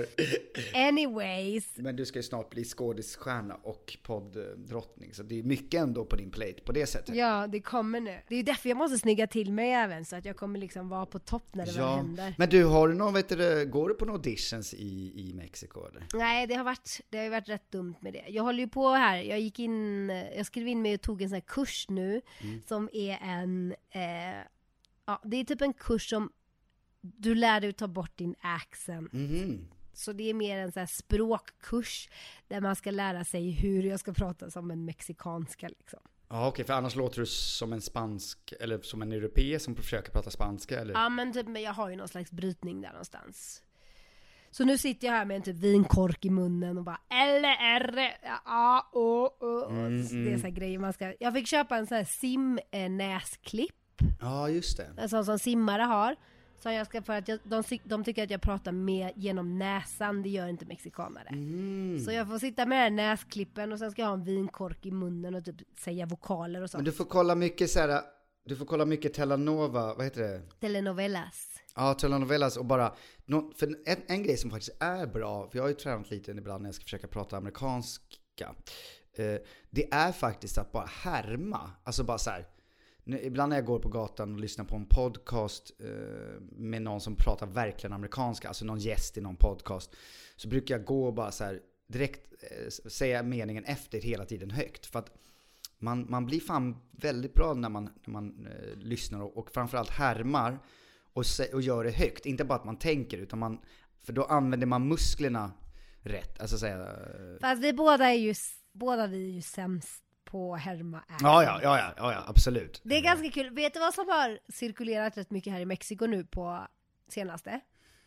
Anyways. Men du ska ju snart bli skådisstjärna och podddrottning. Så det är mycket ändå på din plate på det sättet. Ja, det kommer nu. Det är ju därför jag måste snygga till mig även. Så att jag kommer liksom vara på topp när det ja. väl händer. Men du, har du någon, vet du, går du på några auditions i, i Mexiko eller? Nej, det har varit, det har ju varit rätt dumt med det. Jag håller ju på här. Jag gick in, jag skrev in mig och tog en sån här kurs nu. Mm. Som är en, eh, ja, det är typ en kurs som du lär dig att ta bort din accent. Mm. Så det är mer en så här språkkurs där man ska lära sig hur jag ska prata som en mexikanska liksom. Ja, okej, okay, för annars låter du som en spansk eller som en europé som försöker prata spanska eller? Ja, men typ, men jag har ju någon slags brytning där någonstans. Så nu sitter jag här med en typ vinkork i munnen och bara L R A O O. Det är så här grejer man ska. Jag fick köpa en sån här sim näsklipp. Ja, just det. En sån som simmare har. Så jag ska, för att jag, de, de tycker att jag pratar med genom näsan. Det gör inte mexikanare. Mm. Så jag får sitta med den näsklippen och sen ska jag ha en vinkork i munnen och typ säga vokaler och sånt. Men du får kolla mycket så här, du får kolla mycket telenova, vad heter det? Telenovelas. Ja, telenovelas och bara för en, en grej som faktiskt är bra, för jag har ju tränat lite ibland när jag ska försöka prata amerikanska. Eh, det är faktiskt att bara härma, alltså bara så här. Nu, ibland när jag går på gatan och lyssnar på en podcast eh, med någon som pratar verkligen amerikanska, alltså någon gäst i någon podcast, så brukar jag gå och bara så här direkt eh, säga meningen efter hela tiden högt. För att man, man blir fan väldigt bra när man, när man eh, lyssnar och, och framförallt härmar och, se, och gör det högt. Inte bara att man tänker, utan man, för då använder man musklerna rätt. Alltså säga, eh, Fast vi båda är ju, båda vi är ju sämst på härma. Ja, ja, ja, ja, ja, absolut. Det är ganska kul. Vet du vad som har cirkulerat rätt mycket här i Mexiko nu på senaste?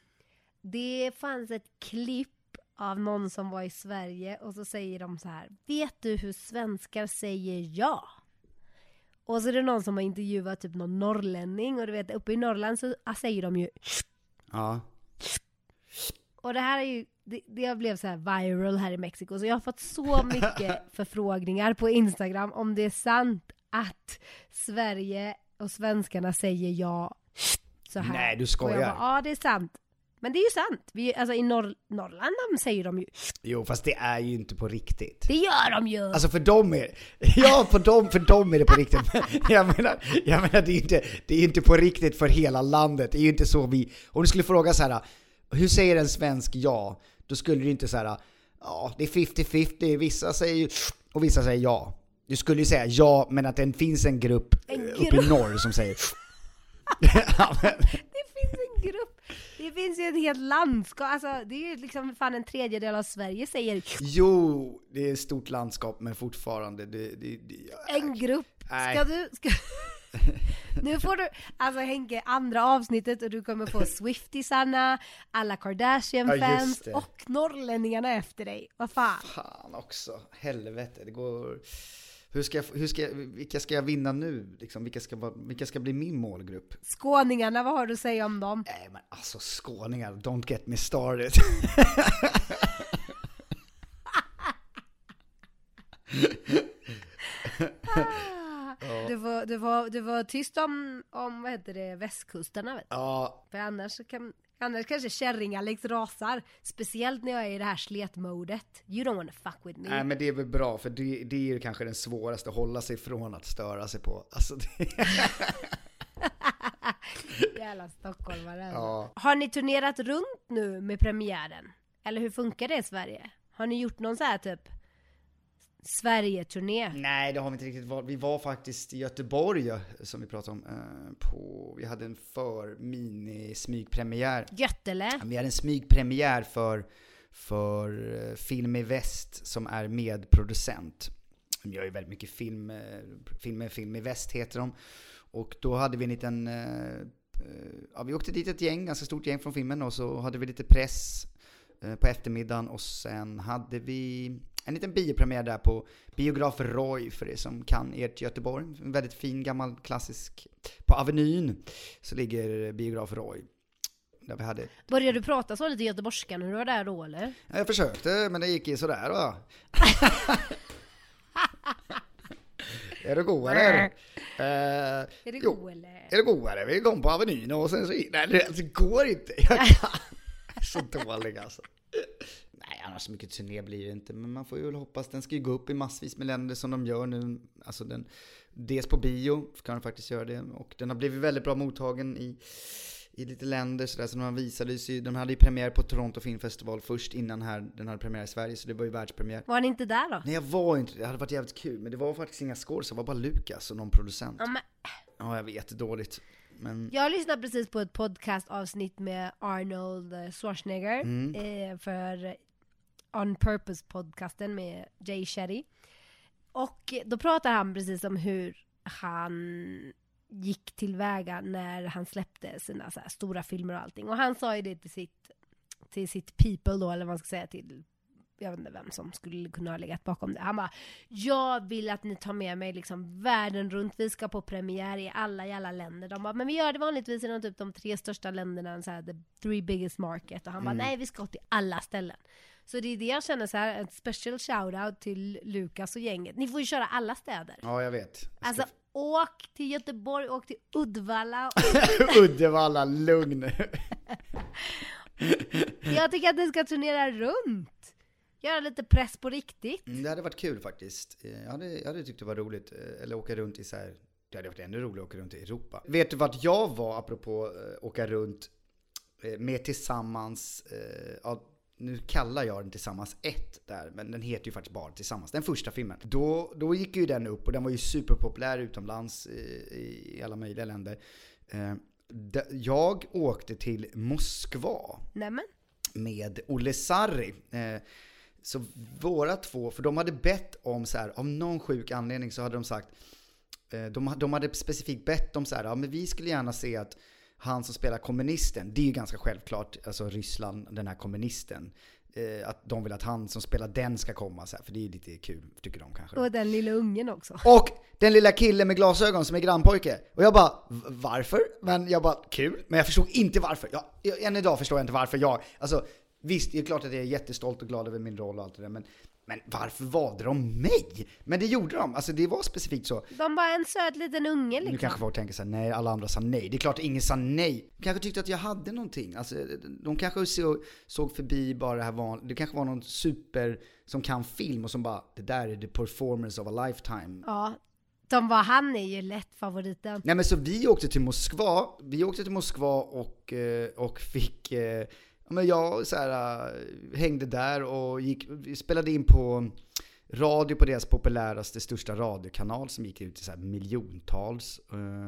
Det fanns ett klipp av någon som var i Sverige och så säger de så här: vet du hur svenskar säger ja? Och så är det någon som har intervjuat typ någon norrlänning och du vet, uppe i Norrland så säger de ju ja. Och det här är ju det, det blev så här viral här i Mexiko. Så jag har fått så mycket förfrågningar på Instagram om det är sant att Sverige och svenskarna säger ja så här. Nej, du skojar. Och jag bara, ja, det är sant. Men det är ju sant. Vi, alltså i Norr, Norrland de säger de ju. Jo, fast det är ju inte på riktigt. Det gör de ju. Alltså för dem är ja, för dem, för dem är det på riktigt. jag menar, jag menar det är ju inte, det är inte på riktigt för hela landet. Det är ju inte så vi, om du skulle fråga så här, hur säger en svensk ja? Då skulle du inte säga, ja, det är femtio femtio, vissa säger och vissa säger ja. Du skulle ju säga ja, men att det finns en grupp, en grupp. uppe i norr som säger ja, men. Det finns en grupp. Det finns ju ett helt landskap. Alltså, det är ju liksom fan en tredjedel av Sverige säger. Jo, det är ett stort landskap, men fortfarande det, det, det, en grupp. Nej. Ska du... Ska... Nu får du, alltså Henke, andra avsnittet och du kommer få Swiftisarna, alla Kardashian-fans ja, och norrlänningarna efter dig. Vad fan? Fan också, helvete, det går... Hur ska jag, hur ska jag, vilka ska jag vinna nu? Liksom, vilka, ska, vilka ska bli min målgrupp? Skåningarna, vad har du att säga om dem? Nej, men alltså skåningar, don't get me started. Du var, du var, du var tyst om, om vad heter det, västkusterna, vet du? Ja. För annars, kan, annars kanske kärring-Alex rasar. Speciellt när jag är i det här sletmodet. You don't wanna fuck with me. Nej, men det är väl bra, för det, det är ju kanske den svåraste att hålla sig från att störa sig på. Alltså det... Jävla stockholmare. Ja. Har ni turnerat runt nu med premiären? Eller hur funkar det i Sverige? Har ni gjort någon så här typ Sverige-turné? Nej, det har vi inte riktigt varit. Vi var faktiskt i Göteborg, som vi pratade om, på, vi hade en för mini-smygpremiär. Göttele? Vi hade en smygpremiär för, för Film i Väst, som är medproducent. De gör ju väldigt mycket film, film, film i Väst heter de. Och då hade vi en liten, ja, vi åkte dit ett gäng, ganska stort gäng från filmen, och så hade vi lite press eh, på eftermiddagen. Och sen hade vi en liten biopremiär där på Biograf Roy, för det som kan ert Göteborg. En väldigt fin gammal klassisk. På Avenyn så ligger Biograf Roy. Där vi hade... Började du prata så lite göteborgska när du var där då, eller? Jag försökte, men det gick ju sådär, va? Är det god eller? Uh, är det jo, god eller? Är det godare? Vi kom på Avenyn och sen så... Nej, det alltså, går inte. Jag kan... så dålig alltså. Nej, annars så mycket turné blir det inte. Men man får ju väl hoppas. Den ska ju gå upp i massvis med länder som de gör nu. Alltså den... Dels på bio kan den faktiskt göra det. Och den har blivit väldigt bra mottagen i... i lite länder sådär, så de visade ju, de hade ju premiär på Toronto Filmfestival först innan här, den hade premiär i Sverige, så det var ju världspremiär. Var ni inte där då? Nej, jag var inte, det hade varit jävligt kul, men det var faktiskt inga skådespelare, så det var bara Lukas och någon producent. Ja, men... ja jag vet, dåligt. Men... Jag lyssnade precis på ett podcastavsnitt med Arnold Schwarzenegger mm. eh, för On Purpose-podcasten med Jay Shetty. Och då pratar han precis om hur han gick tillväga när han släppte sina så här stora filmer och allting. Och han sa ju det till sitt, till sitt people då, eller vad man ska säga, till, jag vet inte vem som skulle kunna ha legat bakom det. Han bara, jag vill att ni tar med mig liksom världen runt. Vi ska på premiär i alla jävla länder. De bara, men vi gör det vanligtvis i de, typ de tre största länderna, så här, the three biggest market. Och han mm. bara, nej vi ska till alla ställen. Så det är det jag känner så här, ett special shoutout till Lukas och gänget. Ni får ju köra alla städer. Ja, jag vet. Jag alltså, ska... åk till Göteborg, åk till Uddevalla. Uddevalla, lugn. Jag tycker att ni ska turnera runt. Göra lite press på riktigt. Det hade varit kul faktiskt. Jag hade, jag hade tyckt det var roligt. Eller åka runt i så här... Det hade varit ännu roligare att åka runt i Europa. Vet du vart jag var, apropå äh, åka runt äh, med Tillsammans... Äh, ja, nu kallar jag den Tillsammans ett där, men den heter ju faktiskt bara Tillsammans. Den första filmen. Då, då gick ju den upp och den var ju superpopulär utomlands i, i alla möjliga länder. Eh, d- jag åkte till Moskva. Nämen. Med Olle Sarri. Eh, så våra två, för de hade bett om så här, av någon sjuk anledning så hade de sagt, eh, de, de hade specifikt bett om så här, ja men vi skulle gärna se att han som spelar kommunisten, det är ju ganska självklart, alltså Ryssland, den här kommunisten, eh, att de vill att han som spelar den ska komma så här, för det är lite kul, tycker de kanske. Och den lilla ungen också. Och den lilla killen med glasögon som är grannpojke. Och jag bara, varför? Men jag bara, kul. Men jag förstod inte varför. Jag, jag, än idag förstår jag inte varför jag, alltså visst, det är klart att jag är jättestolt och glad över min roll och allt det där, men Men varför valde de mig? Men det gjorde de, alltså det var specifikt så. De var en söt liten unge liksom. Nu kanske folk tänker så här, nej, alla andra sa nej. Det är klart att ingen sa nej. De kanske tyckte att jag hade någonting. Alltså, de kanske så, såg förbi bara det här van... Det kanske var någon super som kan film och som bara, det där är the performance of a lifetime. Ja, de var, han är ju lätt favoriten. Nej men så vi åkte till Moskva. Vi åkte till Moskva och, och fick... Men jag så här, hängde där och gick, spelade in på radio på deras populäraste, största radiokanal som gick ut till så här miljontals.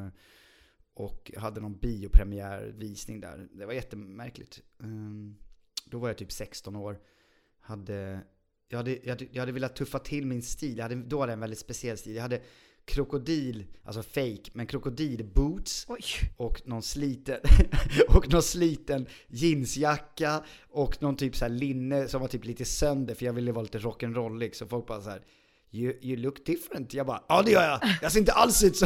Och hade någon biopremiärvisning där. Det var jättemärkligt. Då var jag typ sexton år. Hade, jag, hade, jag, hade, jag hade velat tuffa till min stil. Jag hade, då hade jag en väldigt speciell stil. Jag hade krokodil, alltså fake, men krokodilboots. Oj. Och någon sliten och någon sliten jeansjacka och någon typ så här linne som var typ lite sönder för jag ville vara lite rock'n'rollig, så folk bara så här, you, you look different. Jag bara, ja det gör jag. Jag ser inte alls ut så.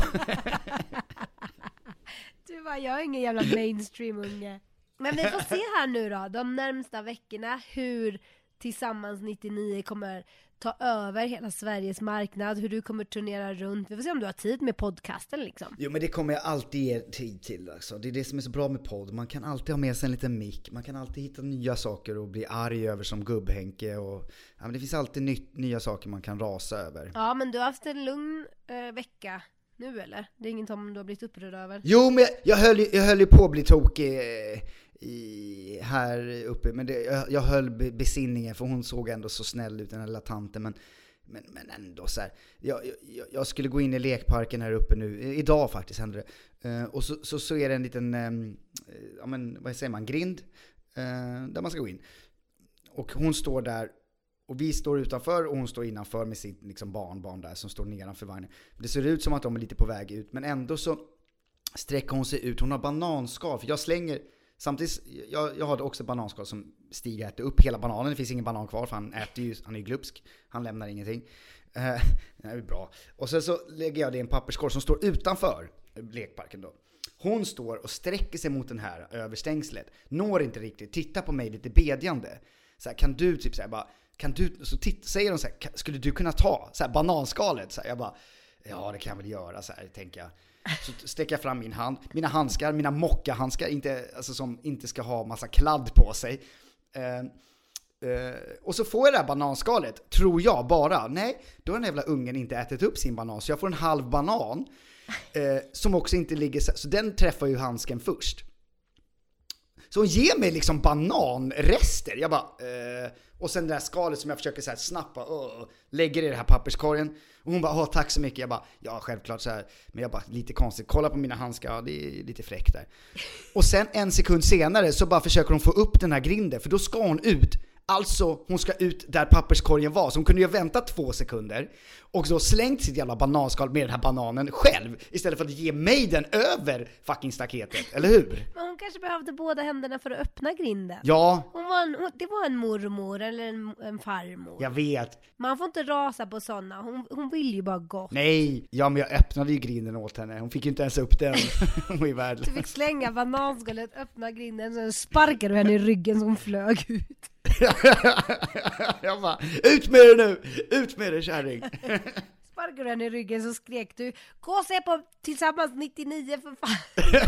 Du bara, jag är ingen jävla mainstream unge. Men vi får se här nu då, de närmsta veckorna, hur Tillsammans nittionio kommer ta över hela Sveriges marknad, hur du kommer turnera runt. Vi får se om du har tid med podcasten liksom. Jo, men det kommer jag alltid ge tid till alltså. Det är det som är så bra med podd. Man kan alltid ha med sig en liten mick. Man kan alltid hitta nya saker och bli arg över som gubbhänke. Och, ja, men det finns alltid ny, nya saker man kan rasa över. Ja, men du har haft en lugn äh, vecka nu eller? Det är inget om du har blivit upprörd över. Jo, men jag, jag, höll, jag höll ju på att bli tokig eh, i, här uppe. Men det, jag, jag höll besinningen, för hon såg ändå så snäll ut, den här lilla tanten. Men, men, men ändå så här. Jag, jag, jag skulle gå in i lekparken här uppe nu. Idag faktiskt hände det. Uh, och så, så, så är det en liten, um, ja men vad säger man, grind. Uh, där man ska gå in. Och hon står där. Och vi står utanför och hon står innanför med sitt liksom barnbarn där som står nedanför vagnen. Det ser ut som att de är lite på väg ut, men ändå så sträcker hon sig ut. Hon har bananskal, för jag slänger Samtidigt, jag, jag hade också bananskal som Stig äter upp hela bananen. Det finns ingen banan kvar för han äter ju, han är ju glupsk. Han lämnar ingenting. Uh, det är bra. Och sen så lägger jag det i en papperskorg som står utanför lekparken då. Hon står och sträcker sig mot den här över stängslet. Når inte riktigt, tittar på mig lite bedjande. Så här, kan du typ så här, bara, kan du, så titt, säger hon så här, skulle du kunna ta så här, bananskalet? Så här, jag bara, ja det kan jag väl göra så här, tänker jag. Så sträcker jag fram min hand, mina handskar, mina mockahandskar, inte, alltså, som inte ska ha massa kladd på sig. Uh, uh, och så får jag det här bananskalet, tror jag bara. Nej, då har den jävla ungen inte ätit upp sin banan, så jag får en halv banan. Uh, som också inte ligger så, så den träffar ju handsken först. Så hon ger mig liksom bananrester. Jag bara, uh, och sen det där skalet som jag försöker så här snappa och lägger i det här papperskorgen. Och hon bara, åh tack så mycket. Jag bara, ja självklart så här. Men jag bara, lite konstigt. Kolla på mina handskar, ja, det är lite fräckt där. Och sen en sekund senare så bara försöker hon få upp den här grinden. För då ska hon ut. Alltså hon ska ut där papperskorgen var. Så hon kunde ju vänta två sekunder. Och så slängt sitt jävla bananskal med den här bananen själv. Istället för att ge mig den över fucking staketet. Eller hur? Men hon kanske behövde båda händerna för att öppna grinden. Ja. Hon var en, hon, det var en mormor eller en, en farmor. Jag vet. Man får inte rasa på sådana. Hon, hon vill ju bara gott. Nej, ja men jag öppnade ju grinden åt henne. Hon fick ju inte ens upp den. Hon var ju värdelös. Du fick slänga bananskalet, öppna grinden, sen sparkade du henne i ryggen som flög ut. Jag bara, ut med det nu! Ut med det, kärring! Sparkade du henne i ryggen så skrek du, gå och se på Tillsammans nittionio för fan.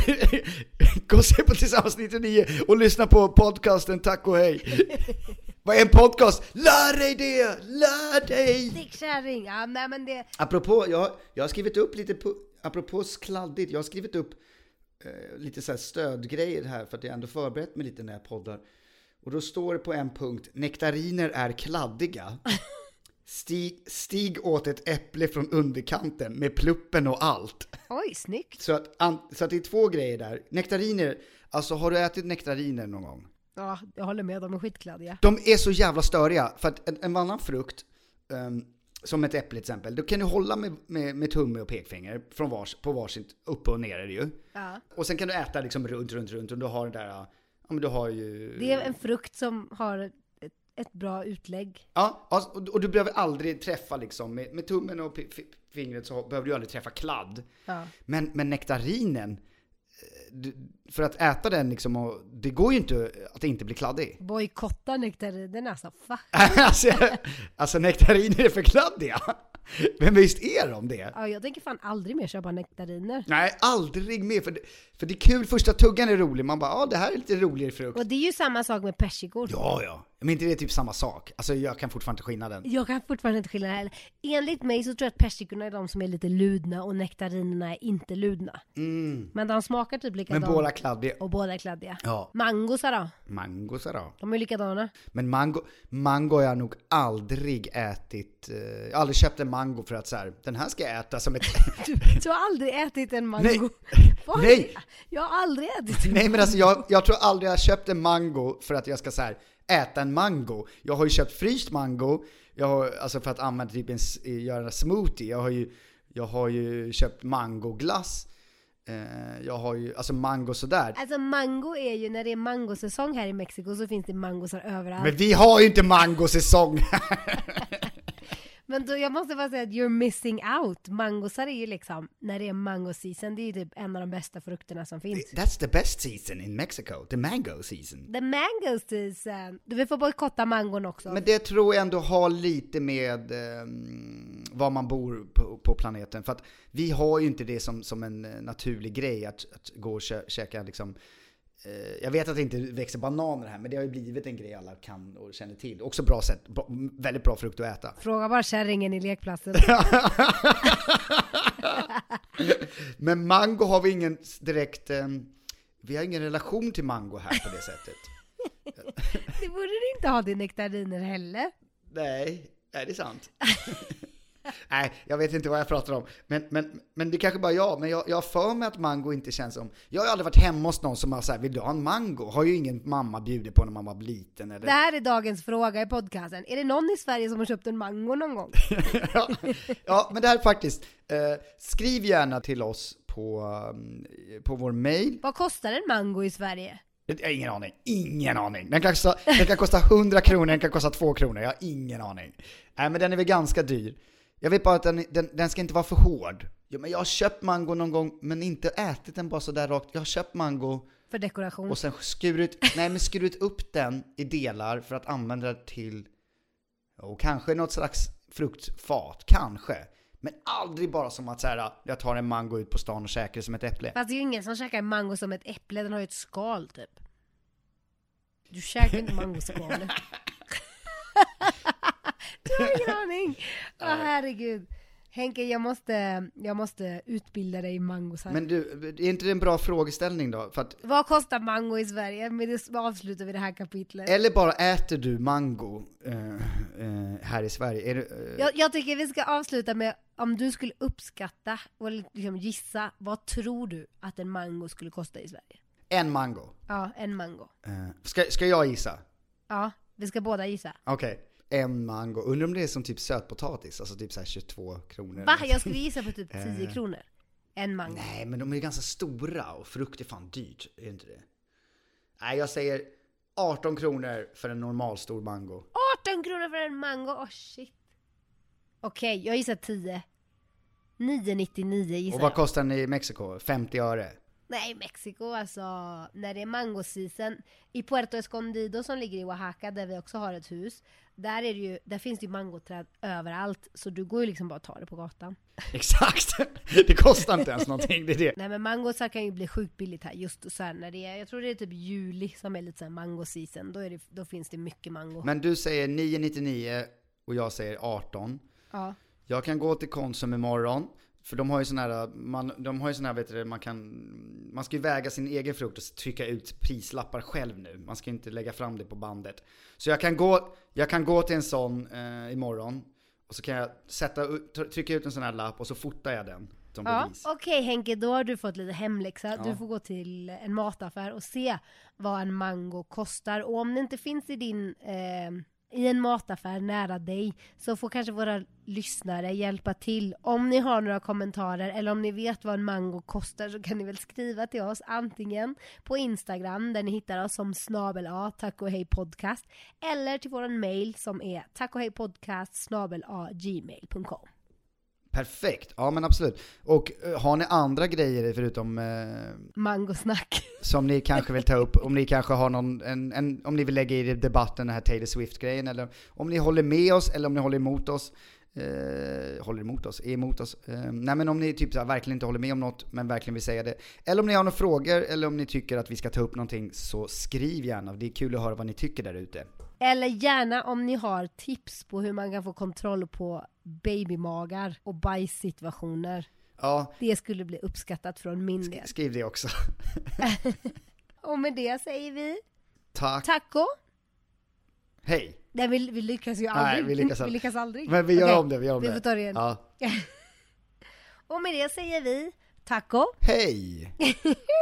Gå och se på Tillsammans nittionio och lyssna på podcasten Tack och hej. Vad är en podcast? Lär dig det! Lär dig! Stickkärring, ja nej men det... Apropå, jag, jag har skrivit upp lite, på, apropå skladdigt, jag har skrivit upp eh, lite så här stödgrejer här för att jag ändå förberett mig lite när jag poddar. Och då står det på en punkt, nektariner är kladdiga. Stig, Stig åt ett äpple från underkanten med pluppen och allt. Oj, snyggt. Så att, så att det är två grejer där. Nektariner, alltså har du ätit nektariner någon gång? Ja, jag håller med, de är skitkladdiga. De är så jävla störiga, för att en, en annan frukt, um, som ett äpple till exempel, då kan du hålla med, med, med tumme och pekfinger från vars, på varsitt, upp och ner är det ju. Ja. Och sen kan du äta liksom runt, runt, runt och du har det där, ja men du har ju... Det är en frukt som har ett, ett bra utlägg. Ja, och, och du behöver aldrig träffa liksom, med, med tummen och p- fingret så behöver du aldrig träffa kladd. Ja. Men, men nektarinen, för att äta den liksom, och det går ju inte att det inte blir kladdig. Bojkotta nektarinen alltså, fa. alltså, alltså nektariner är för kladdiga. Men visst är de det? Ja, jag tänker fan aldrig mer köpa nektariner. Nej, aldrig mer. För det, för det är kul, första tuggan är rolig. Man bara, ja det här är lite roligare frukt. Och det är ju samma sak med persikor. Ja, ja. Men inte det är typ samma sak. Alltså jag kan fortfarande inte skilja den. Jag kan fortfarande inte skilja den heller. Enligt mig så tror jag att persikorna är de som är lite ludna och nektarinerna är inte ludna. Mm. Men de smakar typ likadant. Men båda kladdiga. Och båda är kladdiga. Ja. Mangosar då? Mangosar då? De är likadana. Men mango, mango har jag nog aldrig ätit. Jag har aldrig köpt en mango för att så här, den här ska jag äta som ett... du, du har aldrig ätit en mango? Nej. Nej. Jag har aldrig ätit en Nej mango. men alltså jag, jag tror aldrig jag har köpt en mango för att jag ska så här äta en mango. Jag har ju köpt fryst mango, jag har, alltså för att använda typ en, göra en smoothie. Jag har ju, jag har ju köpt mangoglass. Eh, jag har ju, alltså mango sådär. Alltså mango är ju, när det är mangosäsong här i Mexiko så finns det mangosar överallt. Men vi har ju inte mangosäsong. Men då, jag måste bara säga att you're missing out. Mangosar är ju liksom, när det är mango season, det är ju typ en av de bästa frukterna som finns. That's the best season in Mexico, the mango season. The mango season. Du vill få bojkotta mangon också. Men det tror jag ändå har lite med eh, var man bor på, på planeten. För att vi har ju inte det som, som en naturlig grej att, att gå och kä- käka liksom. Jag vet att det inte växer bananer här, men det har ju blivit en grej alla kan och känner till. Också bra sätt, väldigt bra frukt att äta. Fråga bara kärringen i lekplatsen. Men mango har vi ingen direkt, vi har ingen relation till mango här på det sättet. Det borde du inte ha till nektariner heller. Nej, är det sant? Nej, jag vet inte vad jag pratar om. Men, men, men det kanske bara jag. Men jag, jag har för mig att mango inte känns som... Jag har aldrig varit hemma hos någon som har sagt, vill du ha en mango? Har ju ingen mamma bjudit på när man var liten. Eller? Det här är dagens fråga i podcasten. Är det någon i Sverige som har köpt en mango någon gång? ja, ja, men det här är faktiskt... Eh, skriv gärna till oss på, um, på vår mail. Vad kostar en mango i Sverige? Jag har ingen aning. Ingen aning. Den kan, kosta, den kan kosta hundra kronor, den kan kosta två kronor. Jag har ingen aning. Nej, men den är väl ganska dyr. Jag vet bara att den, den, den ska inte vara för hård. Ja, men jag har köpt mango någon gång, men inte ätit den bara så där rakt. Jag har köpt mango för dekoration. Och sen skurit, nej, men skurit upp den i delar för att använda det till och kanske något slags fruktfat. Kanske. Men aldrig bara som att så här, jag tar en mango ut på stan och käkar som ett äpple. Fast det är ju ingen som käkar mango som ett äpple. Den har ju ett skal typ. Du käkar inte mangoskalet. Du har ingen aning. Åh, herregud. Henke, jag måste, jag måste utbilda dig i mangosar. Men du, är inte det en bra frågeställning då? För att, vad kostar mango i Sverige? Med det avslutar vi det här kapitlet. Eller bara äter du mango uh, uh, här i Sverige? Är det, uh... jag, jag tycker vi ska avsluta med, om du skulle uppskatta och liksom gissa, vad tror du att en mango skulle kosta i Sverige? En mango? Ja, en mango. Uh, ska, ska jag gissa? Ja, vi ska båda gissa. Okej. Okay. En mango. Undrar om det är som typ sötpotatis. Alltså typ så här tjugotvå kronor. Va? Jag skulle gissa på typ tio kronor. En mango. Nej, men de är ganska stora. Och frukt är fan dyrt. Är det inte det? Nej, jag säger arton kronor för en normal stor mango. arton kronor för en mango? Åh, oh, shit. Okej, okay, jag gissar tio. nio nittionio gissar. Och vad kostar den i Mexiko? femtio öre? Nej, Mexiko alltså, när det är mangoseason i Puerto Escondido som ligger i Oaxaca där vi också har ett hus, där är det ju, där finns det ju mangoträd överallt, så du går ju liksom bara att ta det på gatan. Exakt. Det kostar inte ens någonting, det är det. Nej, men mangosar kan ju bli sjukt billigt här just så här när det är, jag tror det är typ juli som är lite så här mangoseason, då är det, då finns det mycket mango. Men du säger nio nittionio och jag säger arton. Ja. Jag kan gå till Konsum imorgon. För de har ju sån här, man, de har ju sån här, vet du, man kan, man ska ju väga sin egen frukt och trycka ut prislappar själv nu. Man ska inte lägga fram det på bandet. Så jag kan gå, jag kan gå till en sån eh, imorgon och så kan jag sätta, trycka ut en sån här lapp och så fotar jag den som bevis. Ja, okej okay, Henke, då har du fått lite hemläxa. Ja. Du får gå till en mataffär och se vad en mango kostar. Och om det inte finns i din... Eh, i en mataffär nära dig, så får kanske våra lyssnare hjälpa till. Om ni har några kommentarer eller om ni vet vad en mango kostar, så kan ni väl skriva till oss antingen på Instagram där ni hittar oss som snabel a tacohejpodcast, eller till våran mail som är tacohejpodcast snabel a gmail punkt com. Perfekt, ja men absolut. Och uh, har ni andra grejer förutom uh, mangosnack som ni kanske vill ta upp, om ni kanske har någon en, en, om ni vill lägga i debatten den här Taylor Swift-grejen, eller om ni håller med oss eller om ni håller emot oss uh, håller emot oss, är emot oss uh, nej men om ni typ så här, verkligen inte håller med om något men verkligen vill säga det, eller om ni har några frågor eller om ni tycker att vi ska ta upp någonting, så skriv gärna, det är kul att höra vad ni tycker där ute. Eller gärna om ni har tips på hur man kan få kontroll på babymagar och bajssituationer. Ja. Det skulle bli uppskattat från min del. Skriv det också. Och med det säger vi tack. Taco. Hej. Nej, vi, vi lyckas ju aldrig. Nej, vi lyckas, vi lyckas aldrig. Men vi gör okay. om det, vi gör om vi det. Vi får ta det igen. Ja. Och med det säger vi taco. Hej.